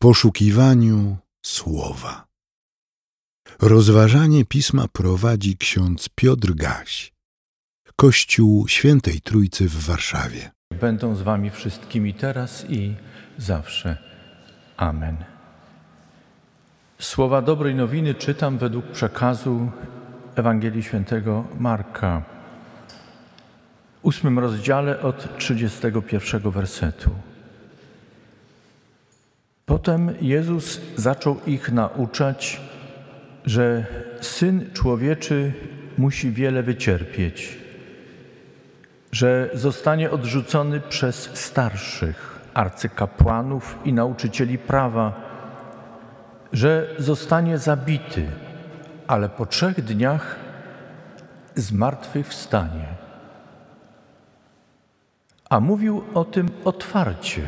poszukiwaniu słowa. Rozważanie Pisma prowadzi ksiądz Piotr Gaś, Kościół Świętej Trójcy w Warszawie. Będą z wami wszystkimi teraz i zawsze. Amen. Słowa dobrej nowiny czytam według przekazu Ewangelii Świętego Marka, w 8 rozdziale od 31 wersetu. Potem Jezus zaczął ich nauczać, że Syn Człowieczy musi wiele wycierpieć, że zostanie odrzucony przez starszych, arcykapłanów i nauczycieli prawa, że zostanie zabity, ale po 3 dniach zmartwychwstanie. A mówił o tym otwarcie.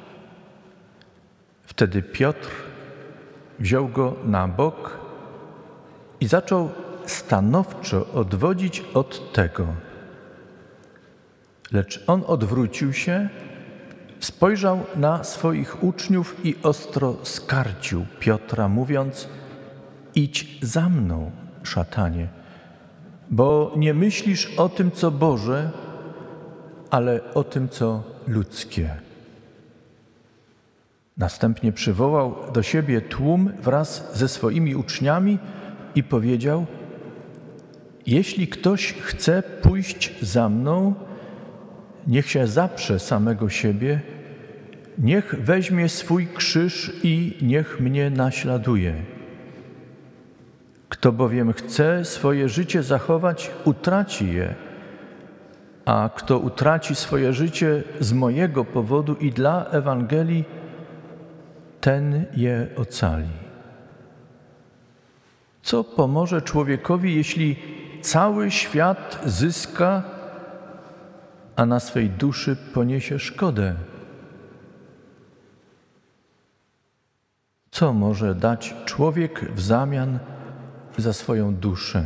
Wtedy Piotr wziął go na bok i zaczął stanowczo odwodzić od tego. Lecz on odwrócił się, spojrzał na swoich uczniów i ostro skarcił Piotra, mówiąc: idź za mną, szatanie, bo nie myślisz o tym, co Boże, ale o tym, co ludzkie. Następnie przywołał do siebie tłum wraz ze swoimi uczniami i powiedział: jeśli ktoś chce pójść za mną, niech się zaprze samego siebie, niech weźmie swój krzyż i niech mnie naśladuje. Kto bowiem chce swoje życie zachować, utraci je, a kto utraci swoje życie z mojego powodu i dla Ewangelii, ten je ocali. Co pomoże człowiekowi, jeśli cały świat zyska, a na swej duszy poniesie szkodę? Co może dać człowiek w zamian za swoją duszę?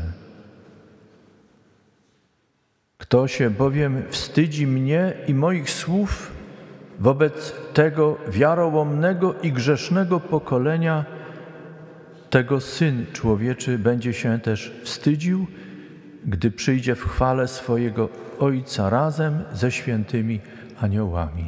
Kto się bowiem wstydzi mnie i moich słów wobec tego wiarołomnego i grzesznego pokolenia, tego Syn Człowieczy będzie się też wstydził, gdy przyjdzie w chwale swojego Ojca razem ze świętymi aniołami.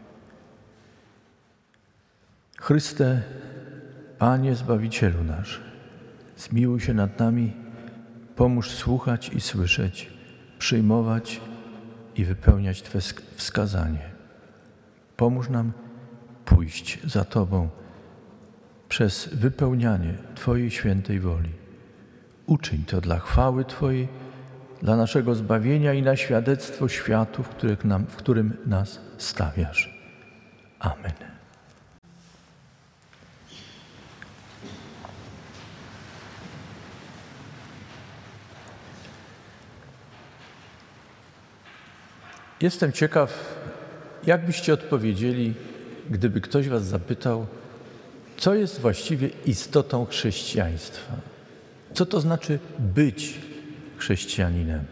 Chryste, Panie Zbawicielu nasz, zmiłuj się nad nami, pomóż słuchać i słyszeć, przyjmować i wypełniać Twe wskazanie. Pomóż nam pójść za Tobą przez wypełnianie Twojej świętej woli. Uczyń to dla chwały Twojej, dla naszego zbawienia i na świadectwo światu, w którym nas stawiasz. Amen. Jestem ciekaw, jak byście odpowiedzieli, gdyby ktoś was zapytał, co jest właściwie istotą chrześcijaństwa? Co to znaczy być chrześcijaninem?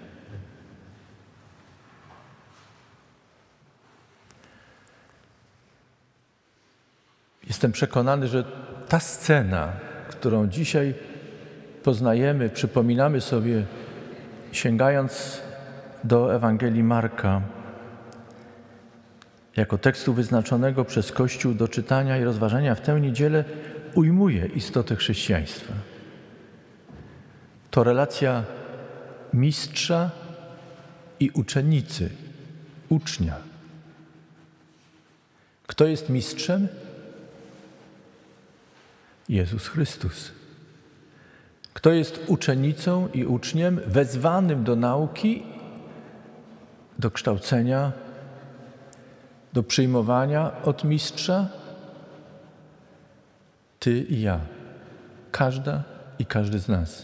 Jestem przekonany, że ta scena, którą dzisiaj poznajemy, przypominamy sobie, sięgając do Ewangelii Marka, jako tekstu wyznaczonego przez Kościół do czytania i rozważania w tę niedzielę, ujmuje istotę chrześcijaństwa. To relacja mistrza i uczennicy, ucznia. Kto jest mistrzem? Jezus Chrystus. Kto jest uczennicą i uczniem wezwanym do nauki, do kształcenia, do przyjmowania od mistrza? Ty i ja. Każda i każdy z nas.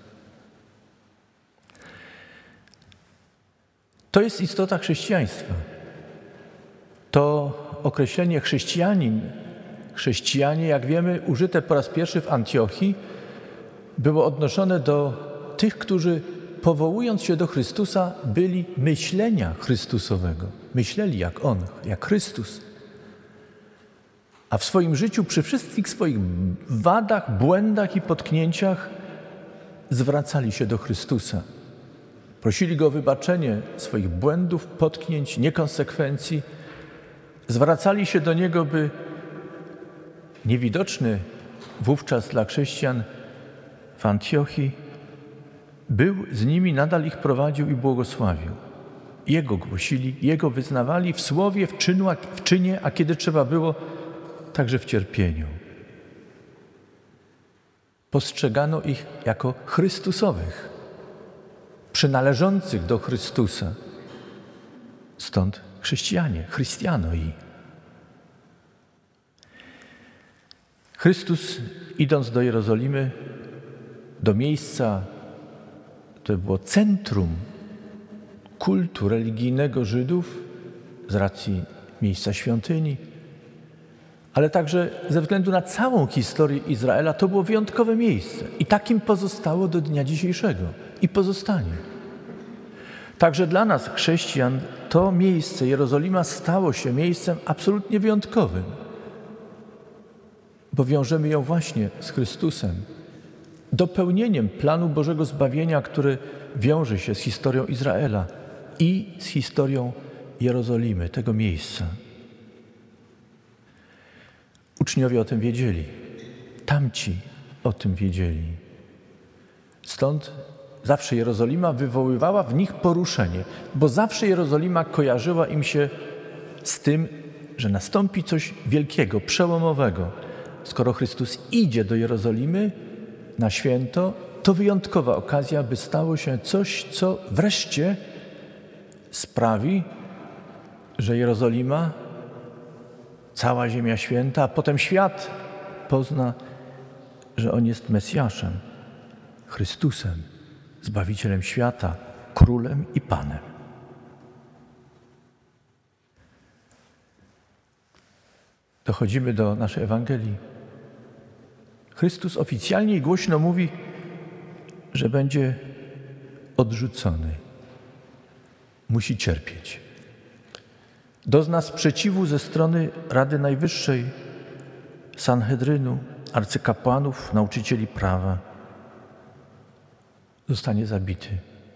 To jest istota chrześcijaństwa. To określenie chrześcijanin, chrześcijanie, jak wiemy, użyte po raz pierwszy w Antiochii, było odnoszone do tych, którzy powołując się do Chrystusa, byli myślenia Chrystusowego. Myśleli jak On, jak Chrystus. a w swoim życiu przy wszystkich swoich wadach, błędach i potknięciach zwracali się do Chrystusa. Prosili Go o wybaczenie swoich błędów, potknięć, niekonsekwencji. Zwracali się do Niego, by niewidoczny wówczas dla chrześcijan w Antiochii był z nimi, nadal ich prowadził i błogosławił. Jego głosili, Jego wyznawali w słowie, w czynie, a kiedy trzeba było, także w cierpieniu. Postrzegano ich jako Chrystusowych, przynależących do Chrystusa. Stąd chrześcijanie, Christianoi. Chrystus, idąc do Jerozolimy, do miejsca, które było centrum kultu religijnego Żydów, z racji miejsca świątyni, ale także ze względu na całą historię Izraela, to było wyjątkowe miejsce. I takim pozostało do dnia dzisiejszego. I pozostanie. Także dla nas, chrześcijan, to miejsce, Jerozolima, stało się miejscem absolutnie wyjątkowym, bo wiążemy ją właśnie z Chrystusem, dopełnieniem planu Bożego zbawienia, który wiąże się z historią Izraela i z historią Jerozolimy, tego miejsca. Uczniowie o tym wiedzieli, tamci o tym wiedzieli. Stąd zawsze Jerozolima wywoływała w nich poruszenie, bo zawsze Jerozolima kojarzyła im się z tym, że nastąpi coś wielkiego, przełomowego. Skoro Chrystus idzie do Jerozolimy na święto, to wyjątkowa okazja, by stało się coś, co wreszcie sprawi, że Jerozolima, cała Ziemia Święta, a potem świat pozna, że On jest Mesjaszem, Chrystusem, Zbawicielem świata, Królem i Panem. Dochodzimy do naszej Ewangelii. Chrystus oficjalnie i głośno mówi, że będzie odrzucony. Musi cierpieć. Dozna sprzeciwu ze strony Rady Najwyższej, Sanhedrynu, arcykapłanów, nauczycieli prawa. Zostanie zabity.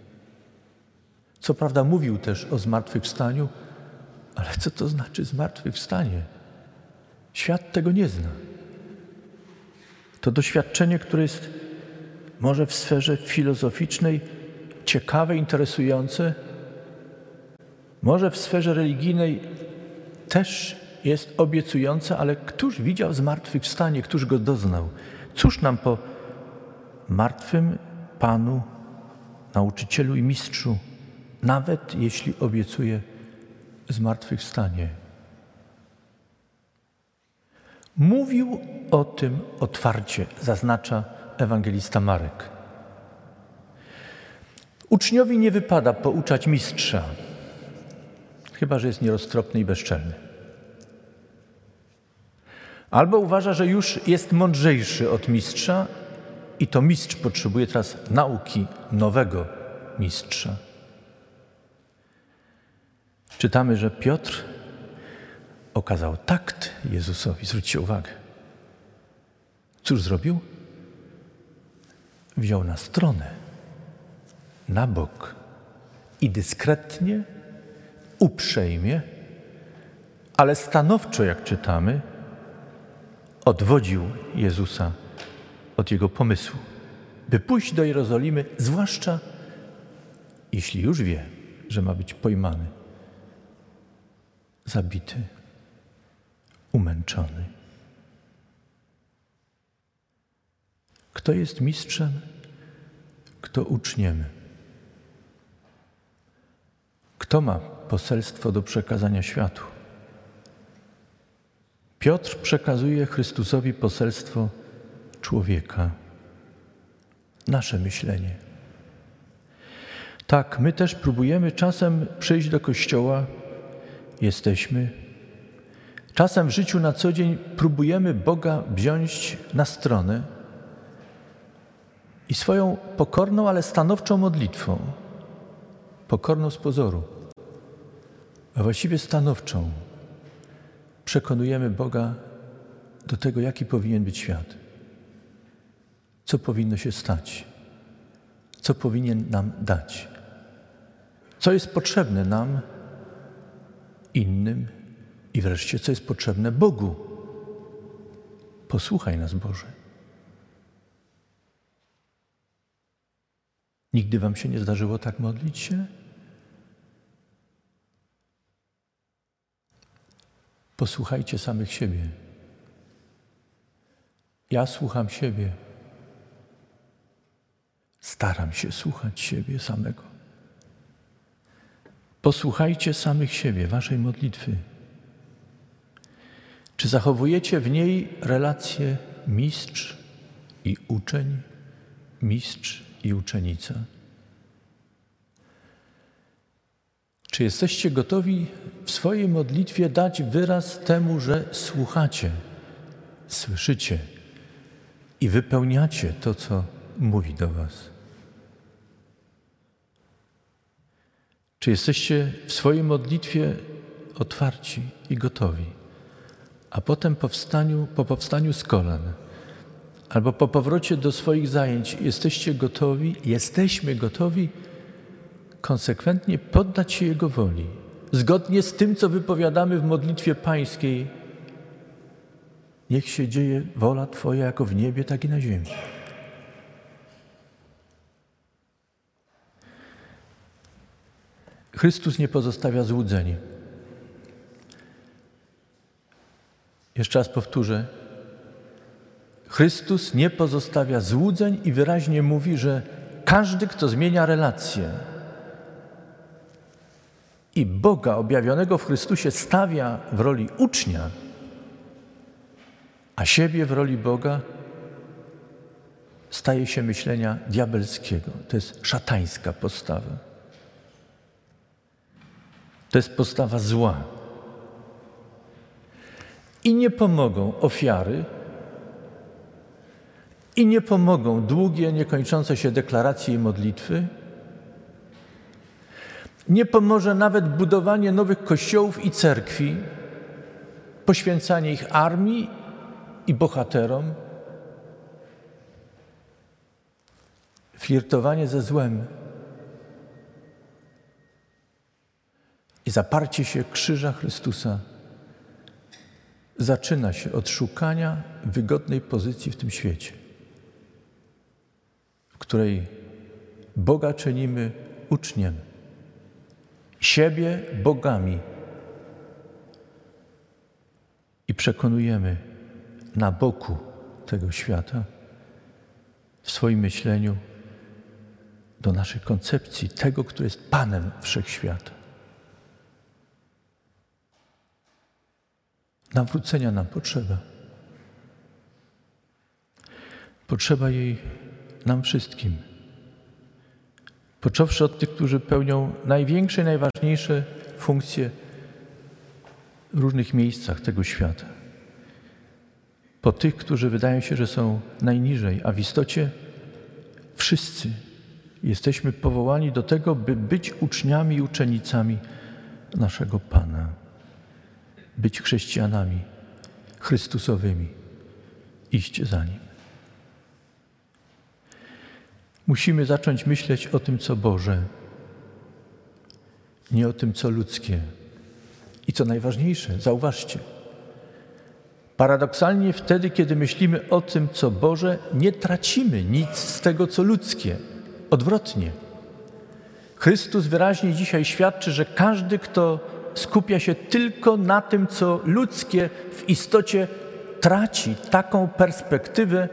Co prawda mówił też o zmartwychwstaniu, ale co to znaczy zmartwychwstanie? Świat tego nie zna. To doświadczenie, które jest może w sferze filozoficznej ciekawe, interesujące, może w sferze religijnej też jest obiecujące, ale któż widział zmartwychwstanie, któż go doznał? Cóż nam po martwym Panu, nauczycielu i mistrzu, nawet jeśli obiecuje zmartwychwstanie? Mówił o tym otwarcie, zaznacza ewangelista Marek. Uczniowi nie wypada pouczać mistrza, chyba że jest nieroztropny i bezczelny. Albo uważa, że już jest mądrzejszy od mistrza i to mistrz potrzebuje teraz nauki nowego mistrza. Czytamy, że Piotr okazał takt Jezusowi. Zwróćcie uwagę. Cóż zrobił? Wziął na stronę, na bok i dyskretnie, uprzejmie, ale stanowczo, jak czytamy, odwodził Jezusa od Jego pomysłu, by pójść do Jerozolimy, zwłaszcza jeśli już wie, że ma być pojmany, zabity, umęczony. Kto jest mistrzem, kto uczniem? Kto ma poselstwo do przekazania światu? Piotr przekazuje Chrystusowi poselstwo człowieka, nasze myślenie. Tak, my też próbujemy czasem przyjść do kościoła, jesteśmy. Czasem w życiu na co dzień próbujemy Boga wziąć na stronę i swoją pokorną, ale stanowczą modlitwą, pokorną z pozoru, a właściwie stanowczą, przekonujemy Boga, do tego, jaki powinien być świat. Co powinno się stać? Co powinien nam dać? Co jest potrzebne nam, innym i wreszcie, co jest potrzebne Bogu? Posłuchaj nas, Boże. Nigdy wam się nie zdarzyło tak modlić się? Posłuchajcie samych siebie. Ja słucham siebie. Staram się słuchać siebie samego. Posłuchajcie samych siebie, waszej modlitwy. Czy zachowujecie w niej relację mistrz i uczeń, mistrz i uczennica? Czy jesteście gotowi w swojej modlitwie dać wyraz temu, że słuchacie, słyszycie i wypełniacie to, co mówi do was? Czy jesteście w swojej modlitwie otwarci i gotowi, a potem po powstaniu z kolan albo po powrocie do swoich zajęć jesteśmy gotowi konsekwentnie poddać się Jego woli, zgodnie z tym, co wypowiadamy w modlitwie pańskiej. Niech się dzieje wola Twoja jako w niebie, tak i na ziemi. Chrystus nie pozostawia złudzeń. Jeszcze raz powtórzę. Chrystus nie pozostawia złudzeń i wyraźnie mówi, że każdy, kto zmienia relacje i Boga objawionego w Chrystusie stawia w roli ucznia, a siebie w roli Boga, staje się myślenia diabelskiego. To jest szatańska postawa. To jest postawa zła. I nie pomogą ofiary, i nie pomogą długie, niekończące się deklaracje i modlitwy. Nie pomoże nawet budowanie nowych kościołów i cerkwi, poświęcanie ich armii i bohaterom, flirtowanie ze złem i zaparcie się krzyża Chrystusa zaczyna się od szukania wygodnej pozycji w tym świecie, w której Boga czynimy uczniem, siebie bogami i przekonujemy na boku tego świata w swoim myśleniu do naszej koncepcji tego, który jest Panem Wszechświata. Nawrócenia nam potrzeba. Potrzeba jej nam wszystkim. Począwszy od tych, którzy pełnią największe, najważniejsze funkcje w różnych miejscach tego świata. Po tych, którzy wydają się, że są najniżej, a w istocie wszyscy jesteśmy powołani do tego, by być uczniami i uczennicami naszego Pana. Być chrześcijanami Chrystusowymi. Iść za Nim. Musimy zacząć myśleć o tym, co Boże, nie o tym, co ludzkie. I co najważniejsze, zauważcie, paradoksalnie wtedy, kiedy myślimy o tym, co Boże, nie tracimy nic z tego, co ludzkie. Odwrotnie. Chrystus wyraźnie dzisiaj świadczy, że każdy, kto skupia się tylko na tym, co ludzkie, w istocie traci taką perspektywę,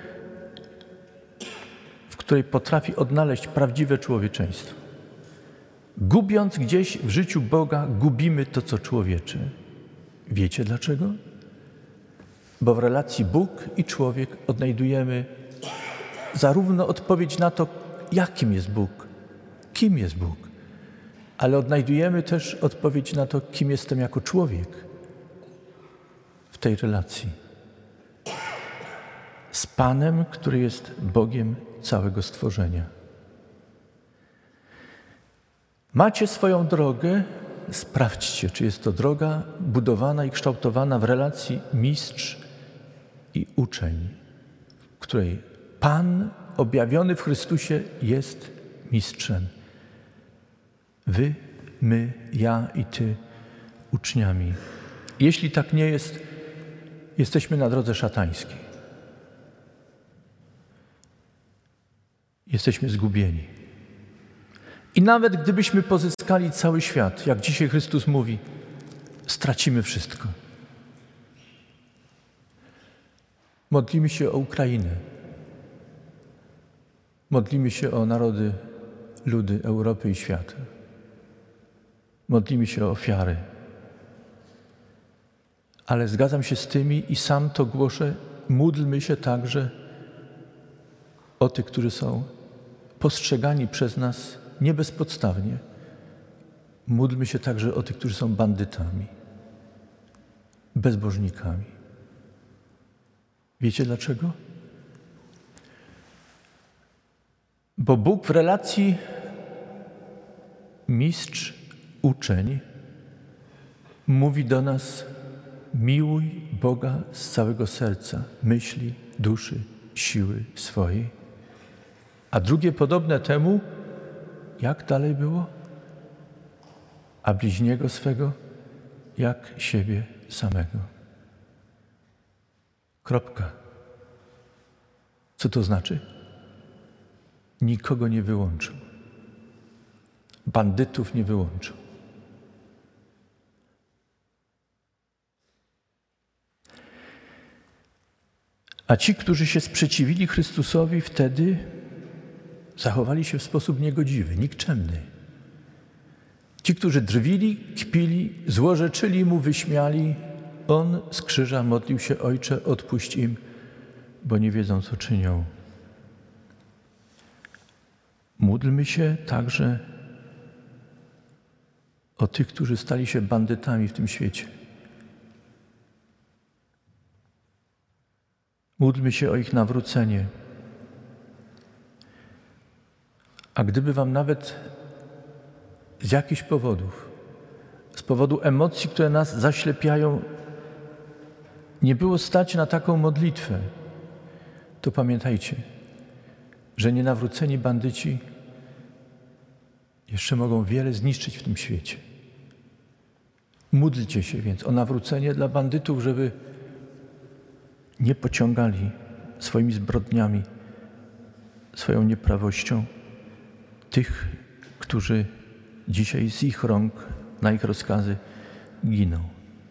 w której potrafi odnaleźć prawdziwe człowieczeństwo. Gubiąc gdzieś w życiu Boga, gubimy to, co człowiecze. Wiecie dlaczego? Bo w relacji Bóg i człowiek odnajdujemy zarówno odpowiedź na to, jakim jest Bóg, kim jest Bóg, ale odnajdujemy też odpowiedź na to, kim jestem jako człowiek w tej relacji z Panem, który jest Bogiem całego stworzenia. Macie swoją drogę, sprawdźcie, czy jest to droga budowana i kształtowana w relacji mistrz i uczeń, w której Pan objawiony w Chrystusie jest mistrzem. Wy, my, ja i ty uczniami. Jeśli tak nie jest, jesteśmy na drodze szatańskiej. Jesteśmy zgubieni. I nawet gdybyśmy pozyskali cały świat, jak dzisiaj Chrystus mówi, stracimy wszystko. Modlimy się o Ukrainę. Modlimy się o narody, ludy Europy i świata. Modlimy się o ofiary. Ale zgadzam się z tymi i sam to głoszę, módlmy się także o tych, którzy są postrzegani przez nas nie bezpodstawnie. Módlmy się także o tych, którzy są bandytami, bezbożnikami. Wiecie dlaczego? Bo Bóg w relacji mistrz-uczeń mówi do nas: miłuj Boga z całego serca, myśli, duszy, siły swojej. A drugie podobne temu, jak dalej było? A bliźniego swego jak siebie samego. Kropka. Co to znaczy? Nikogo nie wyłączył. Bandytów nie wyłączył. A ci, którzy się sprzeciwili Chrystusowi, wtedy zachowali się w sposób niegodziwy, nikczemny. Ci, którzy drwili, kpili, złorzeczyli mu, wyśmiali, on z krzyża modlił się: Ojcze, odpuść im, bo nie wiedzą, co czynią. Módlmy się także o tych, którzy stali się bandytami w tym świecie. Módlmy się o ich nawrócenie. A gdyby wam nawet z jakichś powodów, z powodu emocji, które nas zaślepiają, nie było stać na taką modlitwę, to pamiętajcie, że nienawróceni bandyci jeszcze mogą wiele zniszczyć w tym świecie. Módlcie się więc o nawrócenie dla bandytów, żeby nie pociągali swoimi zbrodniami, swoją nieprawością tych, którzy dzisiaj z ich rąk, na ich rozkazy giną.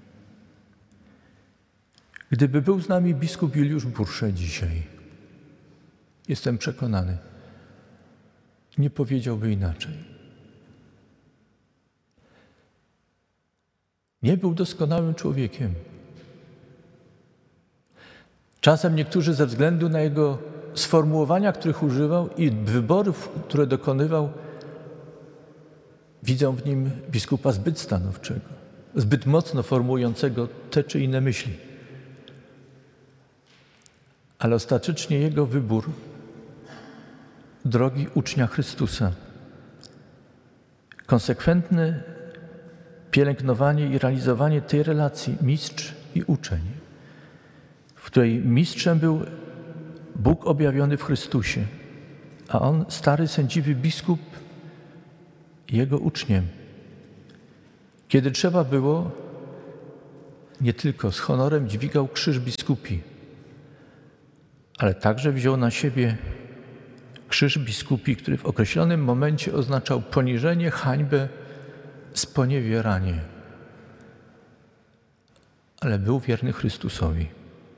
Gdyby był z nami biskup Juliusz Bursze dzisiaj, jestem przekonany, nie powiedziałby inaczej. Nie był doskonałym człowiekiem. Czasem niektórzy ze względu na jego sformułowania, których używał i wyborów, które dokonywał, widzą w nim biskupa zbyt stanowczego, zbyt mocno formułującego te czy inne myśli. Ale ostatecznie jego wybór drogi ucznia Chrystusa, konsekwentne pielęgnowanie i realizowanie tej relacji mistrz i uczeń, w której mistrzem był Bóg objawiony w Chrystusie, a on, stary, sędziwy biskup, jego uczniem. Kiedy trzeba było, nie tylko z honorem dźwigał krzyż biskupi, ale także wziął na siebie krzyż biskupi, który w określonym momencie oznaczał poniżenie, hańbę, sponiewieranie. Ale był wierny Chrystusowi.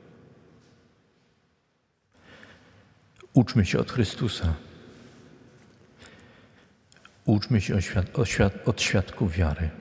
Uczmy się od Chrystusa. Uczmy się od świadków wiary.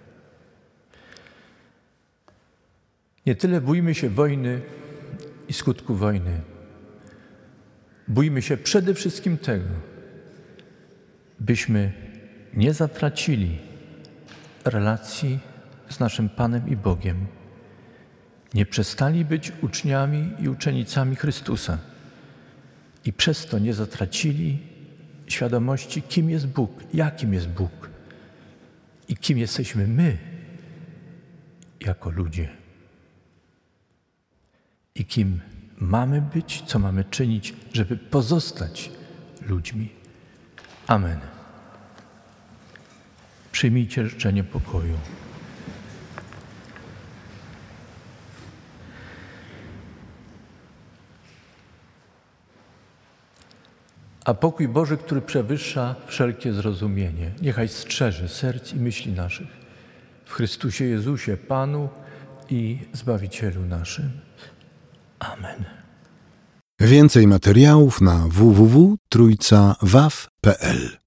Nie tyle bójmy się wojny i skutku wojny. Bójmy się przede wszystkim tego, byśmy nie zatracili relacji z naszym Panem i Bogiem. Nie przestali być uczniami i uczennicami Chrystusa i przez to nie zatracili świadomości, kim jest Bóg, jakim jest Bóg i kim jesteśmy my jako ludzie i kim mamy być, co mamy czynić, żeby pozostać ludźmi. Amen. Przyjmijcie życzenie pokoju. A pokój Boży, który przewyższa wszelkie zrozumienie, niechaj strzeże serc i myśli naszych w Chrystusie Jezusie, Panu i Zbawicielu naszym. Amen. Więcej materiałów na www.trójcawaw.pl